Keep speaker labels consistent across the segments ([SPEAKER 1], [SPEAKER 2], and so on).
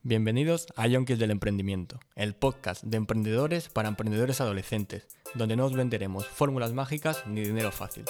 [SPEAKER 1] Bienvenidos a Yonkis del Emprendimiento, el podcast de emprendedores para emprendedores adolescentes, donde no os venderemos fórmulas mágicas ni dinero fácil.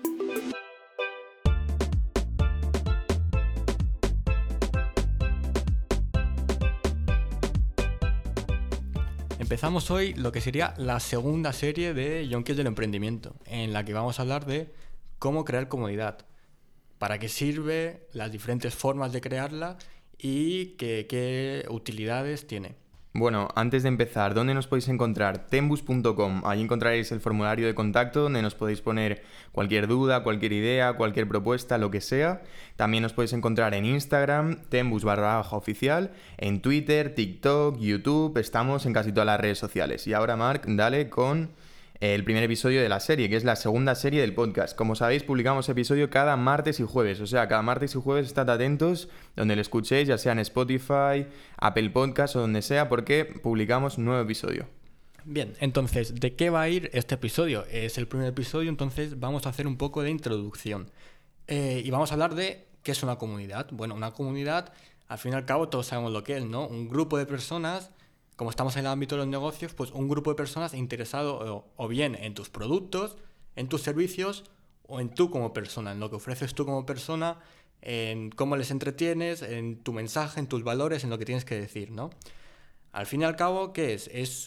[SPEAKER 1] Empezamos hoy lo que sería la segunda serie de Yonkis del Emprendimiento, en la que vamos a hablar de cómo crear comunidad, para qué sirve, las diferentes formas de crearla y qué utilidades tiene.
[SPEAKER 2] Bueno, antes de empezar, ¿dónde nos podéis encontrar? Tembus.com, ahí encontraréis el formulario de contacto donde nos podéis poner cualquier duda, cualquier idea, cualquier propuesta, lo que sea. También nos podéis encontrar en Instagram, Tembus_oficial, en Twitter, TikTok, YouTube, estamos en casi todas las redes sociales. Y ahora, Marc, dale con el primer episodio de la serie, que es la segunda serie del podcast. Como sabéis, publicamos episodio cada martes y jueves, o sea, cada martes y jueves estad atentos donde lo escuchéis, ya sea en Spotify, Apple Podcast o donde sea, porque publicamos un nuevo episodio.
[SPEAKER 1] Bien, entonces, ¿de qué va a ir este episodio? Es el primer episodio, entonces vamos a hacer un poco de introducción. Y vamos a hablar de qué es una comunidad. Bueno, una comunidad, al fin y al cabo, todos sabemos lo que es, ¿no? Un grupo de personas. Como estamos en el ámbito de los negocios, pues un grupo de personas interesado o bien en tus productos, en tus servicios o en tú como persona, en lo que ofreces tú como persona, en cómo les entretienes, en tu mensaje, en tus valores, en lo que tienes que decir, ¿no? Al fin y al cabo, ¿qué es? Es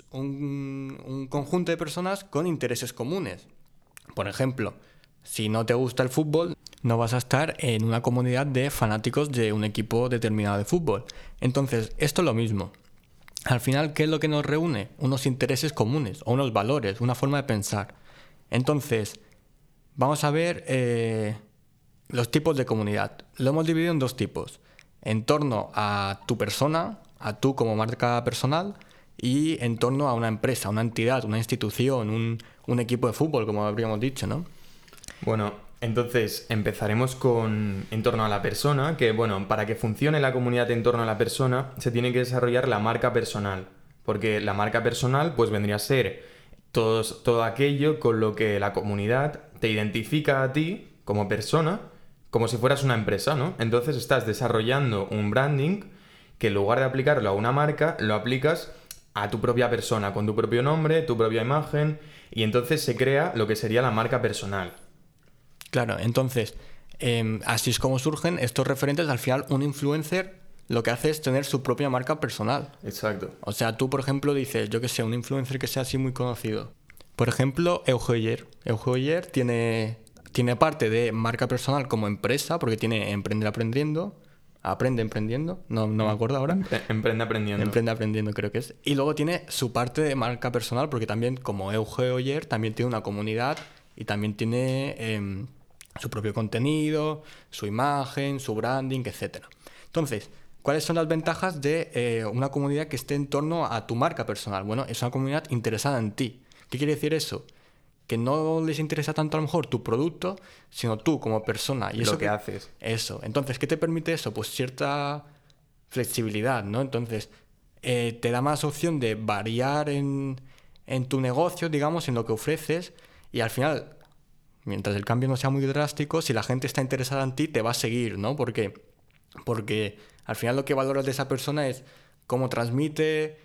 [SPEAKER 1] un conjunto de personas con intereses comunes. Por ejemplo, si no te gusta el fútbol, no vas a estar en una comunidad de fanáticos de un equipo determinado de fútbol. Entonces, esto es lo mismo. Al final, ¿qué es lo que nos reúne? Unos intereses comunes o unos valores, una forma de pensar. Entonces, vamos a ver los tipos de comunidad. Lo hemos dividido en dos tipos. En torno a tu persona, a tú como marca personal, y en torno a una empresa, una entidad, una institución, un equipo de fútbol, como habríamos dicho, ¿no?
[SPEAKER 2] Bueno, entonces empezaremos en torno a la persona, que bueno, para que funcione la comunidad en torno a la persona, se tiene que desarrollar la marca personal, porque la marca personal pues vendría a ser todo aquello con lo que la comunidad te identifica a ti como persona, como si fueras una empresa, ¿no? Entonces estás desarrollando un branding que en lugar de aplicarlo a una marca, lo aplicas a tu propia persona, con tu propio nombre, tu propia imagen, y entonces se crea lo que sería la marca personal.
[SPEAKER 1] Claro, entonces, así es como surgen estos referentes. Al final, un influencer lo que hace es tener su propia marca personal.
[SPEAKER 2] Exacto.
[SPEAKER 1] O sea, tú, por ejemplo, dices, yo que sé, un influencer que sea así muy conocido. Por ejemplo, Euge Oller tiene parte de marca personal como empresa, porque tiene Aprende Emprendiendo, no me acuerdo ahora.
[SPEAKER 2] Emprende Aprendiendo.
[SPEAKER 1] Emprende Aprendiendo creo que es. Y luego tiene su parte de marca personal, porque también, como Euge Oller, también tiene una comunidad y también tiene su propio contenido, su imagen, su branding, etc. Entonces, ¿cuáles son las ventajas de una comunidad que esté en torno a tu marca personal? Bueno, es una comunidad interesada en ti. ¿Qué quiere decir eso? Que no les interesa tanto a lo mejor tu producto, sino tú como persona. Y
[SPEAKER 2] lo que haces.
[SPEAKER 1] Eso. Entonces, ¿qué te permite eso? Pues cierta flexibilidad, ¿no? Entonces, te da más opción de variar en tu negocio, digamos, en lo que ofreces, y al final, mientras el cambio no sea muy drástico, si la gente está interesada en ti, te va a seguir, ¿no? ¿Por qué? Porque al final lo que valoras de esa persona es cómo transmite,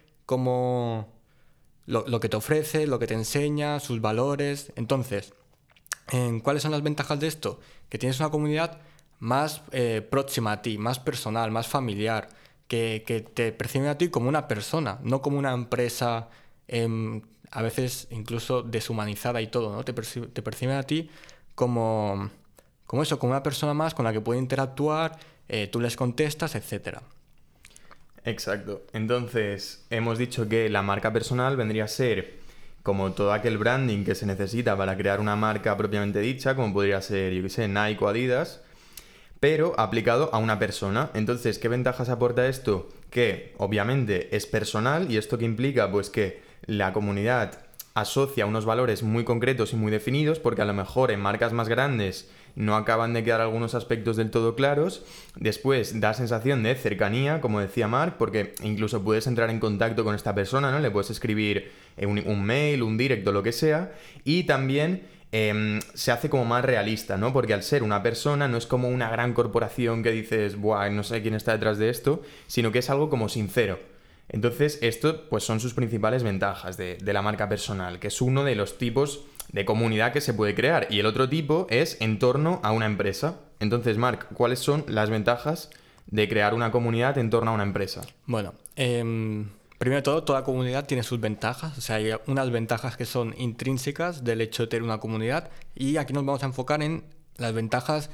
[SPEAKER 1] lo que te ofrece, lo que te enseña, sus valores. Entonces, ¿cuáles son las ventajas de esto? Que tienes una comunidad más próxima a ti, más personal, más familiar, que te percibe a ti como una persona, no como una empresa a veces incluso deshumanizada y todo, ¿no? Te perciben a ti como una persona más con la que puede interactuar, tú les contestas, etcétera.
[SPEAKER 2] Exacto. Entonces, hemos dicho que la marca personal vendría a ser como todo aquel branding que se necesita para crear una marca propiamente dicha, como podría ser, yo qué sé, Nike o Adidas, pero aplicado a una persona. Entonces, ¿qué ventajas aporta esto? Que obviamente es personal, y esto que implica pues que la comunidad asocia unos valores muy concretos y muy definidos, porque a lo mejor en marcas más grandes no acaban de quedar algunos aspectos del todo claros. Después da sensación de cercanía, como decía Marc, porque incluso puedes entrar en contacto con esta persona, ¿no? Le puedes escribir un mail, un directo, lo que sea. Y también se hace como más realista, ¿no? Porque al ser una persona no es como una gran corporación que dices, buah, no sé quién está detrás de esto, sino que es algo como sincero. Entonces, esto pues son sus principales ventajas de la marca personal, que es uno de los tipos de comunidad que se puede crear. Y el otro tipo es en torno a una empresa. Entonces, Marc, ¿cuáles son las ventajas de crear una comunidad en torno a una empresa?
[SPEAKER 1] Bueno, primero de todo, toda comunidad tiene sus ventajas. O sea, hay unas ventajas que son intrínsecas del hecho de tener una comunidad, y aquí nos vamos a enfocar en las ventajas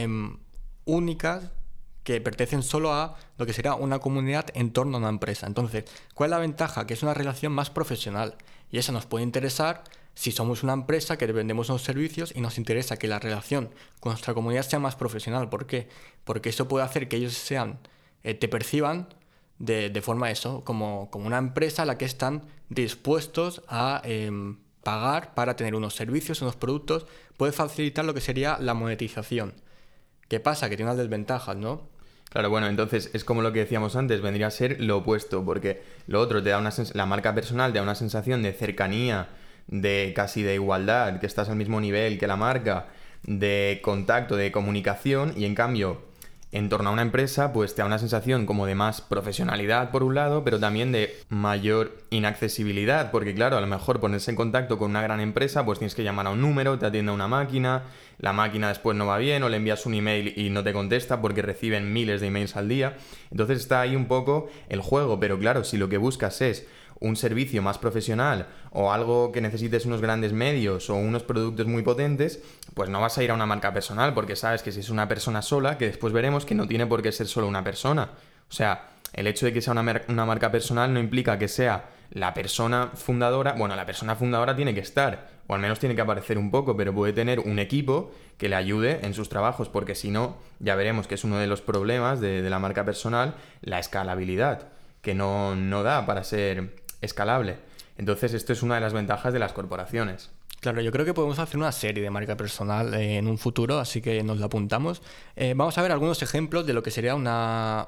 [SPEAKER 1] únicas que pertenecen solo a lo que sería una comunidad en torno a una empresa. Entonces, ¿cuál es la ventaja? Que es una relación más profesional, y esa nos puede interesar si somos una empresa que vendemos unos servicios y nos interesa que la relación con nuestra comunidad sea más profesional. ¿Por qué? Porque eso puede hacer que ellos te perciban de forma como una empresa a la que están dispuestos a pagar para tener unos servicios, unos productos. Puede facilitar lo que sería la monetización. ¿Qué pasa? Que tiene unas desventajas, ¿no?
[SPEAKER 2] Claro, bueno, entonces es como lo que decíamos antes, vendría a ser lo opuesto, porque lo otro te da la marca personal te da una sensación de cercanía, de casi de igualdad, que estás al mismo nivel que la marca, de contacto, de comunicación, y en cambio, en torno a una empresa, pues te da una sensación como de más profesionalidad por un lado, pero también de mayor inaccesibilidad, porque claro, a lo mejor ponerse en contacto con una gran empresa, pues tienes que llamar a un número, te atiende una máquina, la máquina después no va bien, o le envías un email y no te contesta porque reciben miles de emails al día. Entonces está ahí un poco el juego, pero claro, si lo que buscas es un servicio más profesional o algo que necesites unos grandes medios o unos productos muy potentes, pues no vas a ir a una marca personal, porque sabes que si es una persona sola, que después veremos que no tiene por qué ser solo una persona. O sea, el hecho de que sea una marca personal no implica que sea la persona fundadora. Bueno, la persona fundadora tiene que estar, o al menos tiene que aparecer un poco, pero puede tener un equipo que le ayude en sus trabajos, porque si no, ya veremos que es uno de los problemas de la marca personal, la escalabilidad, que no da para ser escalable. Entonces, esto es una de las ventajas de las corporaciones.
[SPEAKER 1] Claro, yo creo que podemos hacer una serie de marca personal en un futuro, así que nos la apuntamos. Vamos a ver algunos ejemplos de lo que sería una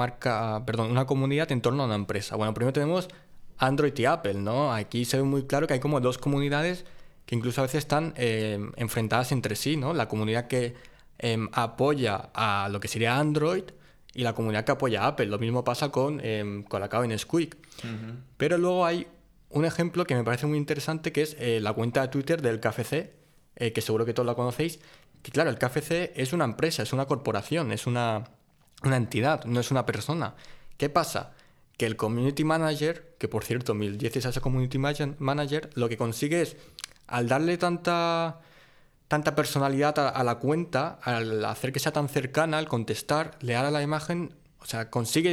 [SPEAKER 1] comunidad en torno a una empresa. Bueno, primero tenemos Android y Apple, ¿no? Aquí se ve muy claro que hay como dos comunidades que incluso a veces están enfrentadas entre sí, ¿no? La comunidad que apoya a lo que sería Android y la comunidad que apoya a Apple. Lo mismo pasa con Colacao y Nesquik. Uh-huh. Pero luego hay un ejemplo que me parece muy interesante, que es la cuenta de Twitter del KFC, que seguro que todos la conocéis. Que claro, el KFC es una empresa, es una corporación, es una entidad, no es una persona. ¿Qué pasa? Que el community manager, que por cierto, 2010 es ese community manager, lo que consigue es, al darle tanta personalidad a la cuenta, al hacer que sea tan cercana, al contestar, le da a la imagen, o sea,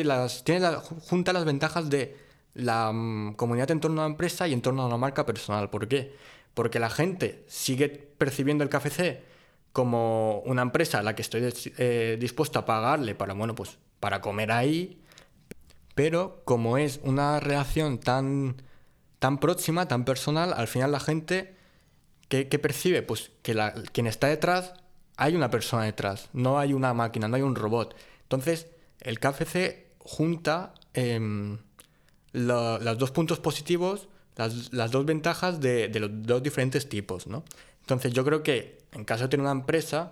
[SPEAKER 1] junta las ventajas de la comunidad en torno a una empresa y en torno a una marca personal. ¿Por qué? Porque la gente sigue percibiendo el KFC como una empresa a la que estoy dispuesto a pagarle para comer ahí, pero como es una relación tan próxima, tan personal, al final la gente ¿qué percibe? Pues que quien está detrás, hay una persona detrás, no hay una máquina, no hay un robot. Entonces, el KFC junta los dos puntos positivos, las dos ventajas de los dos diferentes tipos, ¿no? Entonces, yo creo que en caso de tener una empresa,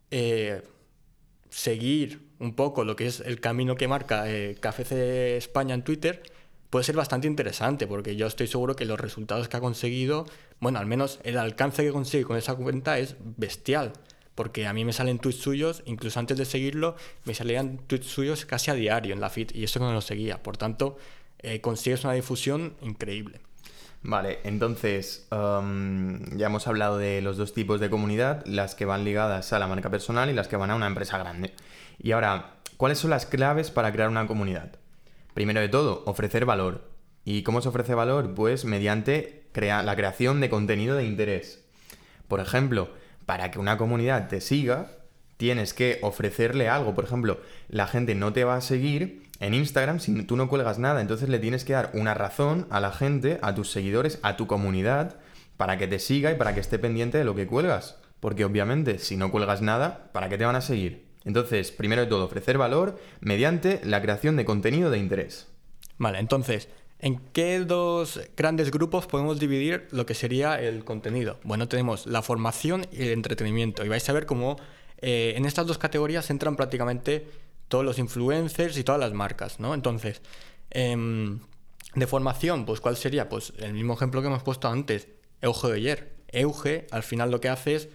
[SPEAKER 1] seguir un poco lo que es el camino que marca KFC España en Twitter puede ser bastante interesante, porque yo estoy seguro que los resultados que ha conseguido, bueno, al menos el alcance que consigue con esa cuenta es bestial, porque a mí me salen tweets suyos, incluso antes de seguirlo, me salían tweets suyos casi a diario en la feed, y eso que no lo seguía. Por tanto, consigues una difusión increíble.
[SPEAKER 2] Vale, entonces ya hemos hablado de los dos tipos de comunidad, las que van ligadas a la marca personal y las que van a una empresa grande. Y ahora, ¿cuáles son las claves para crear una comunidad? Primero de todo, ofrecer valor. ¿Y cómo se ofrece valor? Pues mediante la creación de contenido de interés. Por ejemplo, para que una comunidad te siga, tienes que ofrecerle algo. Por ejemplo, la gente no te va a seguir en Instagram si tú no cuelgas nada. Entonces le tienes que dar una razón a la gente, a tus seguidores, a tu comunidad, para que te siga y para que esté pendiente de lo que cuelgas. Porque obviamente, si no cuelgas nada, ¿para qué te van a seguir? Entonces, primero de todo, ofrecer valor mediante la creación de contenido de interés.
[SPEAKER 1] Vale, entonces, ¿En qué dos grandes grupos podemos dividir lo que sería el contenido? Bueno, tenemos la formación y el entretenimiento. Y vais a ver cómo en estas dos categorías entran prácticamente todos los influencers y todas las marcas, ¿no? Entonces, de formación, pues ¿cuál sería? Pues el mismo ejemplo que hemos puesto antes, Euge de ayer. Euge, al final lo que hace es,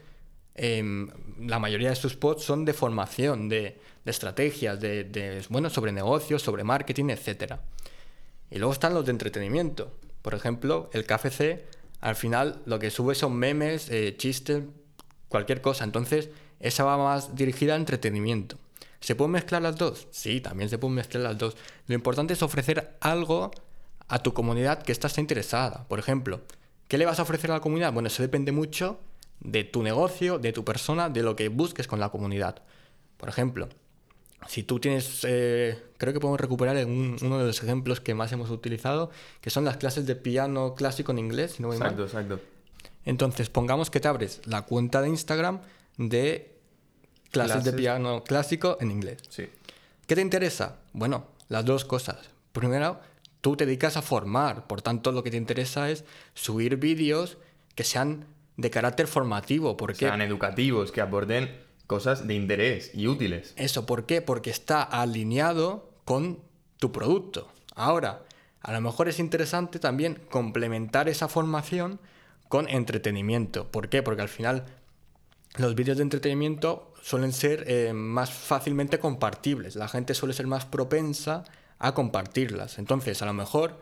[SPEAKER 1] la mayoría de sus posts son de formación, de estrategias, bueno, sobre negocios, sobre marketing, etcétera. Y luego están los de entretenimiento. Por ejemplo, el KFC, al final lo que sube son memes, chistes, cualquier cosa. Entonces, esa va más dirigida a entretenimiento. ¿Se pueden mezclar las dos? Sí, también se pueden mezclar las dos. Lo importante es ofrecer algo a tu comunidad que esté interesada. Por ejemplo, ¿qué le vas a ofrecer a la comunidad? Bueno, eso depende mucho de tu negocio, de tu persona, de lo que busques con la comunidad. Por ejemplo, si tú tienes, creo que podemos recuperar uno de los ejemplos que más hemos utilizado, que son las clases de piano clásico en inglés, si no voy mal.
[SPEAKER 2] Exacto.
[SPEAKER 1] Entonces, pongamos que te abres la cuenta de Instagram de clases de piano clásico en inglés.
[SPEAKER 2] Sí.
[SPEAKER 1] ¿Qué te interesa? Bueno, las dos cosas. Primero, tú te dedicas a formar, por tanto, lo que te interesa es subir vídeos que sean de carácter formativo. ¿Por qué?
[SPEAKER 2] Sean educativos, que aporten cosas de interés y útiles.
[SPEAKER 1] Eso, ¿por qué? Porque está alineado con tu producto. Ahora, a lo mejor es interesante también complementar esa formación con entretenimiento. ¿Por qué? Porque al final los vídeos de entretenimiento suelen ser más fácilmente compartibles. La gente suele ser más propensa a compartirlas. Entonces, a lo mejor,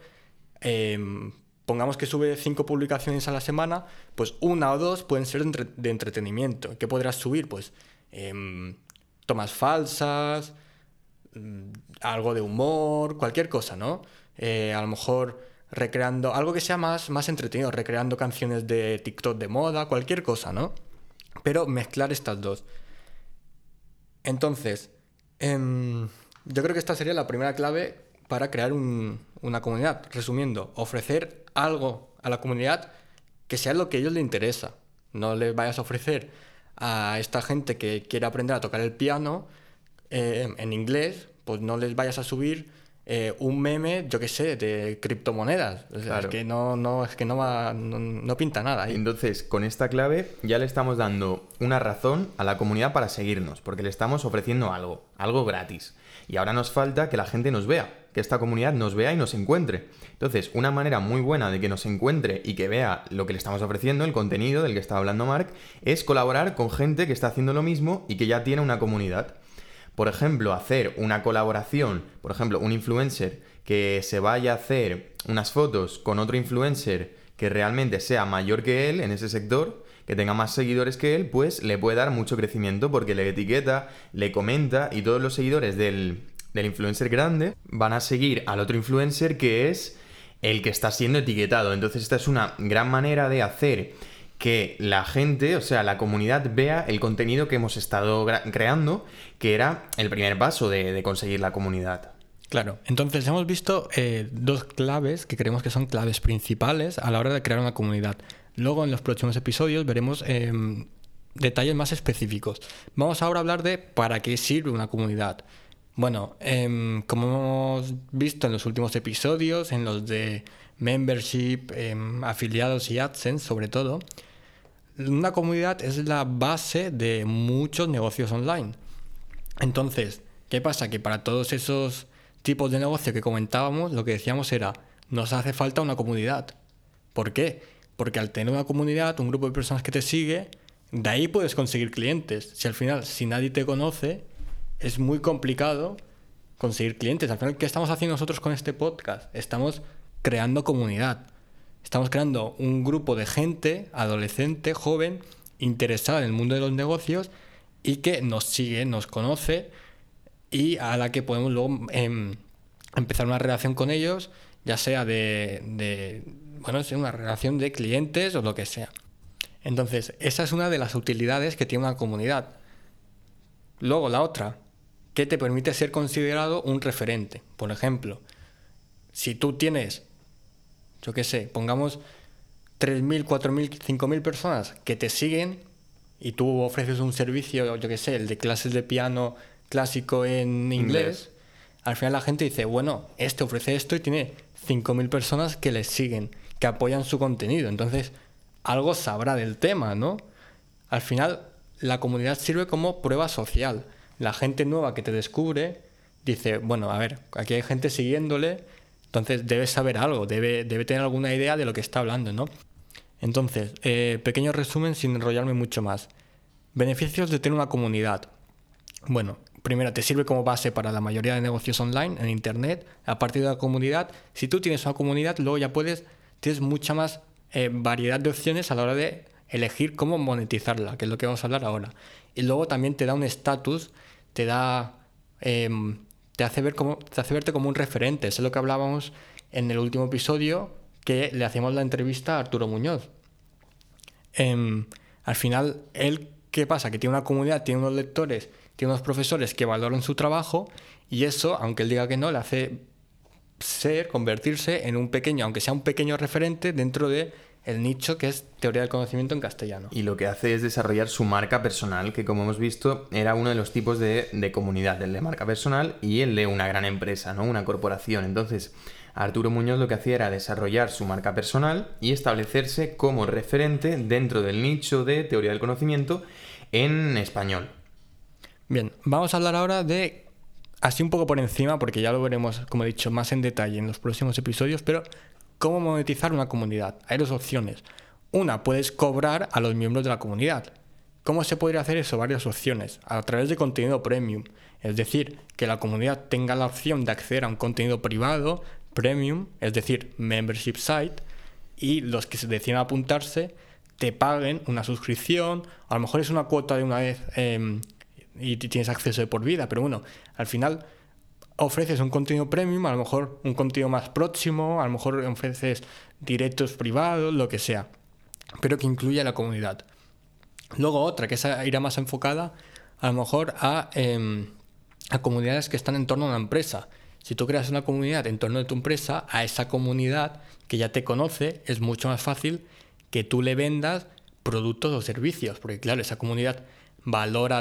[SPEAKER 1] pongamos que sube 5 publicaciones a la semana, pues 1 o 2 pueden ser de entretenimiento. ¿Qué podrás subir? Pues tomas falsas, algo de humor, cualquier cosa, ¿no? A lo mejor recreando algo que sea más entretenido, recreando canciones de TikTok de moda, cualquier cosa, ¿no? Pero mezclar estas dos. Entonces, yo creo que esta sería la primera clave para crear una comunidad. Resumiendo, ofrecer algo a la comunidad que sea lo que a ellos les interesa. No les vayas a ofrecer a esta gente que quiere aprender a tocar el piano en inglés, pues no les vayas a subir un meme, yo qué sé, de criptomonedas. O sea,
[SPEAKER 2] Claro.
[SPEAKER 1] es que no pinta nada ahí.
[SPEAKER 2] Entonces, con esta clave ya le estamos dando una razón a la comunidad para seguirnos, porque le estamos ofreciendo algo gratis. Y ahora nos falta que la gente nos vea, que esta comunidad nos vea y nos encuentre. Entonces, una manera muy buena de que nos encuentre y que vea lo que le estamos ofreciendo, el contenido del que estaba hablando Marc, es colaborar con gente que está haciendo lo mismo y que ya tiene una comunidad. Por ejemplo, hacer una colaboración, por ejemplo, un influencer que se vaya a hacer unas fotos con otro influencer que realmente sea mayor que él en ese sector, que tenga más seguidores que él, pues le puede dar mucho crecimiento porque le etiqueta, le comenta y todos los seguidores del influencer grande van a seguir al otro influencer que es el que está siendo etiquetado. Entonces esta es una gran manera de hacer que la gente, o sea, la comunidad vea el contenido que hemos estado creando, que era el primer paso de conseguir la comunidad.
[SPEAKER 1] Claro, entonces hemos visto dos claves que creemos que son claves principales a la hora de crear una comunidad. Luego en los próximos episodios veremos detalles más específicos. Vamos ahora a hablar de para qué sirve una comunidad. Bueno, como hemos visto en los últimos episodios, en los de membership, afiliados y AdSense sobre todo, una comunidad es la base de muchos negocios online. Entonces, ¿qué pasa? Que para todos esos tipos de negocio que comentábamos, lo que decíamos era, nos hace falta una comunidad. ¿Por qué? Porque al tener una comunidad, un grupo de personas que te sigue, de ahí puedes conseguir clientes. Si al final, si nadie te conoce, es muy complicado conseguir clientes. Al final, ¿qué estamos haciendo nosotros con este podcast? Estamos creando comunidad. Estamos creando un grupo de gente, adolescente, joven, interesada en el mundo de los negocios y que nos sigue, nos conoce y a la que podemos luego empezar una relación con ellos, ya sea una relación de clientes o lo que sea. Entonces, esa es una de las utilidades que tiene una comunidad. Luego, la otra, que te permite ser considerado un referente. Por ejemplo, si tú tienes, yo qué sé, pongamos 3.000, 4.000, 5.000 personas que te siguen y tú ofreces un servicio, yo qué sé, el de clases de piano clásico en inglés, al final la gente dice, bueno, este ofrece esto y tiene 5.000 personas que le siguen, que apoyan su contenido. Entonces, algo sabrá del tema, ¿no? Al final, la comunidad sirve como prueba social. La gente nueva que te descubre dice, bueno, a ver, aquí hay gente siguiéndole, entonces debe saber algo, debe tener alguna idea de lo que está hablando, ¿no? Entonces, pequeño resumen sin enrollarme mucho más. Beneficios de tener una comunidad. Bueno, primero, te sirve como base para la mayoría de negocios online en Internet. A partir de la comunidad, si tú tienes una comunidad, luego ya tienes mucha más variedad de opciones a la hora de elegir cómo monetizarla, que es lo que vamos a hablar ahora. Y luego también te da un estatus, te hace verte como un referente. Eso es lo que hablábamos en el último episodio, que le hacíamos la entrevista a Arturo Muñoz. Al final, él, ¿qué pasa? Que tiene una comunidad, tiene unos lectores, tiene unos profesores que valoran su trabajo, y eso, aunque él diga que no, le hace convertirse en un pequeño, aunque sea un pequeño referente dentro de el nicho que es teoría del conocimiento en castellano.
[SPEAKER 2] Y lo que hace es desarrollar su marca personal, que como hemos visto era uno de los tipos de comunidad, el de marca personal y el de una gran empresa, ¿no? Una corporación. Entonces, Arturo Muñoz lo que hacía era desarrollar su marca personal y establecerse como referente dentro del nicho de teoría del conocimiento en español.
[SPEAKER 1] Bien, vamos a hablar ahora de, así un poco por encima, porque ya lo veremos, como he dicho, más en detalle en los próximos episodios, pero ¿cómo monetizar una comunidad? Hay dos opciones. Una, puedes cobrar a los miembros de la comunidad. ¿Cómo se podría hacer eso? Varias opciones. A través de contenido premium. Es decir, que la comunidad tenga la opción de acceder a un contenido privado, premium, es decir, membership site, y los que se decidan apuntarse te paguen una suscripción. A lo mejor es una cuota de una vez y tienes acceso de por vida, pero bueno, al final ofreces un contenido premium, a lo mejor un contenido más próximo, a lo mejor ofreces directos privados, lo que sea, pero que incluya a la comunidad. Luego otra, que esa irá más enfocada a lo mejor a comunidades que están en torno a una empresa. Si tú creas una comunidad en torno a tu empresa, a esa comunidad que ya te conoce, es mucho más fácil que tú le vendas productos o servicios, porque claro, esa comunidad valora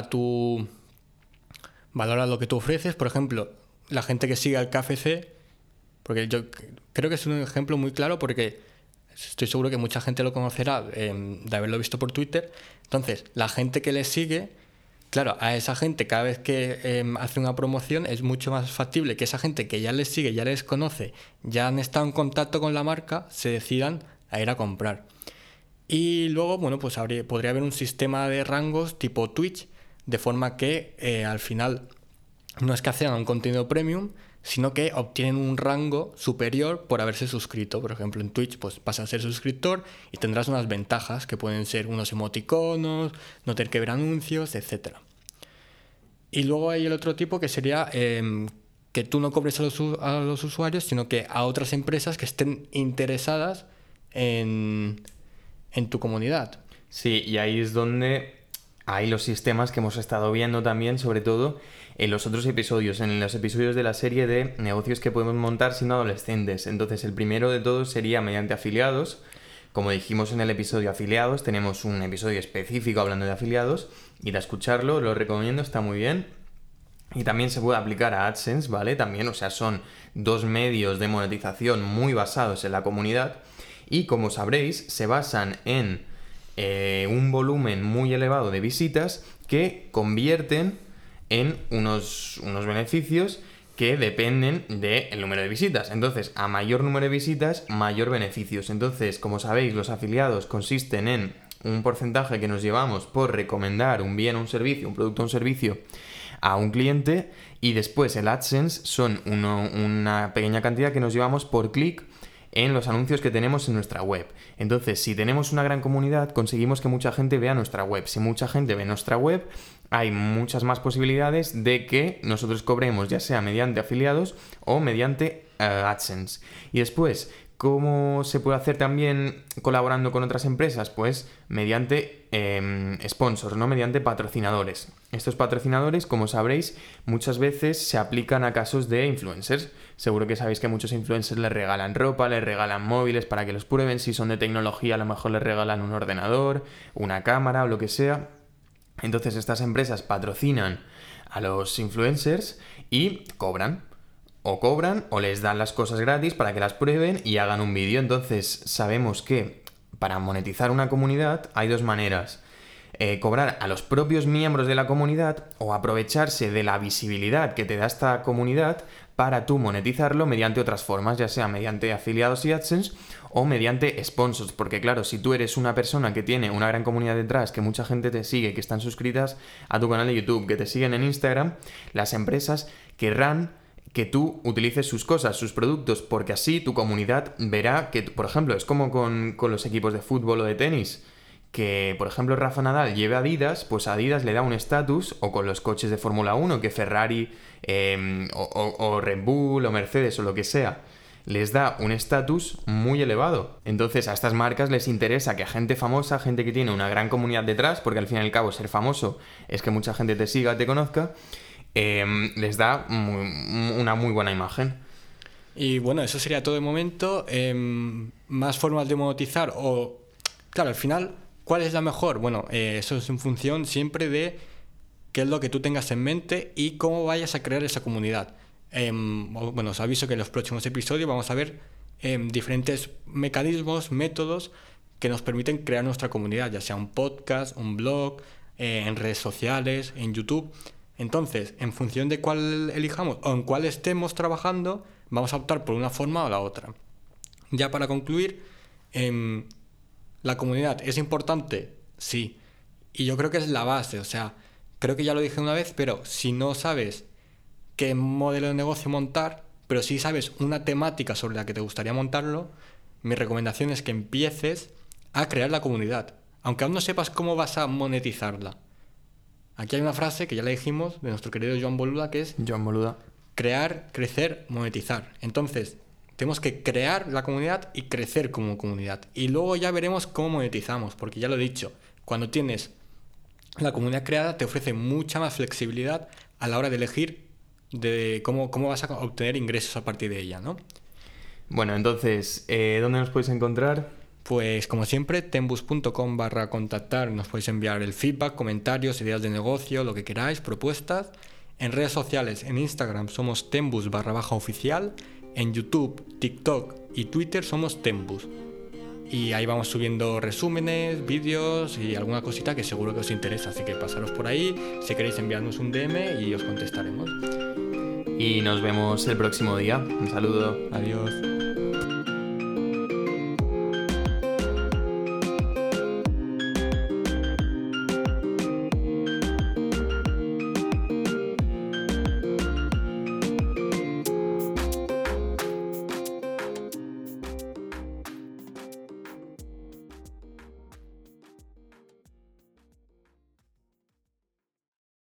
[SPEAKER 1] lo que tú ofreces. Por ejemplo, la gente que sigue al KFC, porque yo creo que es un ejemplo muy claro, porque estoy seguro que mucha gente lo conocerá de haberlo visto por Twitter. Entonces, la gente que le sigue, claro, a esa gente cada vez que hace una promoción es mucho más factible que esa gente que ya les sigue, ya les conoce, ya han estado en contacto con la marca, se decidan a ir a comprar. Y luego, bueno, pues podría haber un sistema de rangos tipo Twitch, de forma que al final no es que accedan a un contenido premium, sino que obtienen un rango superior por haberse suscrito. Por ejemplo, en Twitch pues pasas a ser suscriptor y tendrás unas ventajas que pueden ser unos emoticonos, no tener que ver anuncios, etc. Y luego hay el otro tipo que sería que tú no cobres a los usuarios, sino que a otras empresas que estén interesadas en tu comunidad.
[SPEAKER 2] Sí, y ahí es donde hay los sistemas que hemos estado viendo también, sobre todo en los otros episodios, en los episodios de la serie de negocios que podemos montar siendo adolescentes. Entonces, el primero de todos sería mediante afiliados. Como dijimos en el episodio afiliados, tenemos un episodio específico hablando de afiliados. Ir a escucharlo, lo recomiendo, está muy bien. Y también se puede aplicar a AdSense, ¿vale? También, o sea, son dos medios de monetización muy basados en la comunidad. Y como sabréis, se basan en un volumen muy elevado de visitas que convierten en unos beneficios que dependen del número de visitas. Entonces, a mayor número de visitas, mayor beneficios. Entonces, como sabéis, los afiliados consisten en un porcentaje que nos llevamos por recomendar un bien o un servicio, un producto o un servicio a un cliente, y después el AdSense son una pequeña cantidad que nos llevamos por clic en los anuncios que tenemos en nuestra web. Entonces, si tenemos una gran comunidad, conseguimos que mucha gente vea nuestra web. Si mucha gente ve nuestra web, hay muchas más posibilidades de que nosotros cobremos, ya sea mediante afiliados o mediante AdSense. Y después, ¿cómo se puede hacer también colaborando con otras empresas? Pues mediante sponsors, ¿no? Mediante patrocinadores. Estos patrocinadores, como sabréis, muchas veces se aplican a casos de influencers. Seguro que sabéis que muchos influencers les regalan ropa, les regalan móviles para que los prueben. Si son de tecnología, a lo mejor les regalan un ordenador, una cámara o lo que sea. Entonces estas empresas patrocinan a los influencers y cobran. o cobran o les dan las cosas gratis para que las prueben y hagan un vídeo. Entonces sabemos que para monetizar una comunidad hay dos maneras. Cobrar a los propios miembros de la comunidad o aprovecharse de la visibilidad que te da esta comunidad para tú monetizarlo mediante otras formas, ya sea mediante afiliados y AdSense o mediante sponsors, porque claro, si tú eres una persona que tiene una gran comunidad detrás, que mucha gente te sigue, que están suscritas a tu canal de YouTube, que te siguen en Instagram, las empresas querrán que tú utilices sus cosas, sus productos, porque así tu comunidad verá que, por ejemplo, es como con los equipos de fútbol o de tenis, que, por ejemplo, Rafa Nadal lleve Adidas, pues Adidas le da un estatus, o con los coches de Fórmula 1, que Ferrari o Red Bull o Mercedes o lo que sea, les da un estatus muy elevado. Entonces a estas marcas les interesa que a gente famosa, gente que tiene una gran comunidad detrás, porque al fin y al cabo ser famoso es que mucha gente te siga, te conozca, les da una muy buena imagen.
[SPEAKER 1] Y bueno, eso sería todo de momento. Más formas de monetizar o... Claro, al final, ¿cuál es la mejor? Bueno, eso es en función siempre de qué es lo que tú tengas en mente y cómo vayas a crear esa comunidad. Bueno, os aviso que en los próximos episodios vamos a ver diferentes mecanismos, métodos que nos permiten crear nuestra comunidad, ya sea un podcast, un blog, en redes sociales, en YouTube. Entonces, en función de cuál elijamos o en cuál estemos trabajando, vamos a optar por una forma o la otra. Ya para concluir, ¿la comunidad es importante? Sí. Y yo creo que es la base. O sea, creo que ya lo dije una vez, pero si no sabes qué modelo de negocio montar, pero si sabes una temática sobre la que te gustaría montarlo, mi recomendación es que empieces a crear la comunidad, aunque aún no sepas cómo vas a monetizarla. Aquí hay una frase que ya le dijimos de nuestro querido Joan Boluda, que es
[SPEAKER 2] Joan Boluda.
[SPEAKER 1] Crear, crecer, monetizar. Entonces, tenemos que crear la comunidad y crecer como comunidad. Y luego ya veremos cómo monetizamos, porque ya lo he dicho, cuando tienes la comunidad creada te ofrece mucha más flexibilidad a la hora de elegir de cómo vas a obtener ingresos a partir de ella, ¿no?
[SPEAKER 2] Bueno, entonces, ¿dónde nos podéis encontrar?
[SPEAKER 1] Pues como siempre, tembus.com/contactar, nos podéis enviar el feedback, comentarios, ideas de negocio, lo que queráis, propuestas. En redes sociales, en Instagram somos tembus_oficial, en YouTube, TikTok y Twitter somos Tembus. Y ahí vamos subiendo resúmenes, vídeos y alguna cosita que seguro que os interesa, así que pasaros por ahí, si queréis enviarnos un DM y os contestaremos.
[SPEAKER 2] Y nos vemos el próximo día. Un saludo.
[SPEAKER 1] Adiós.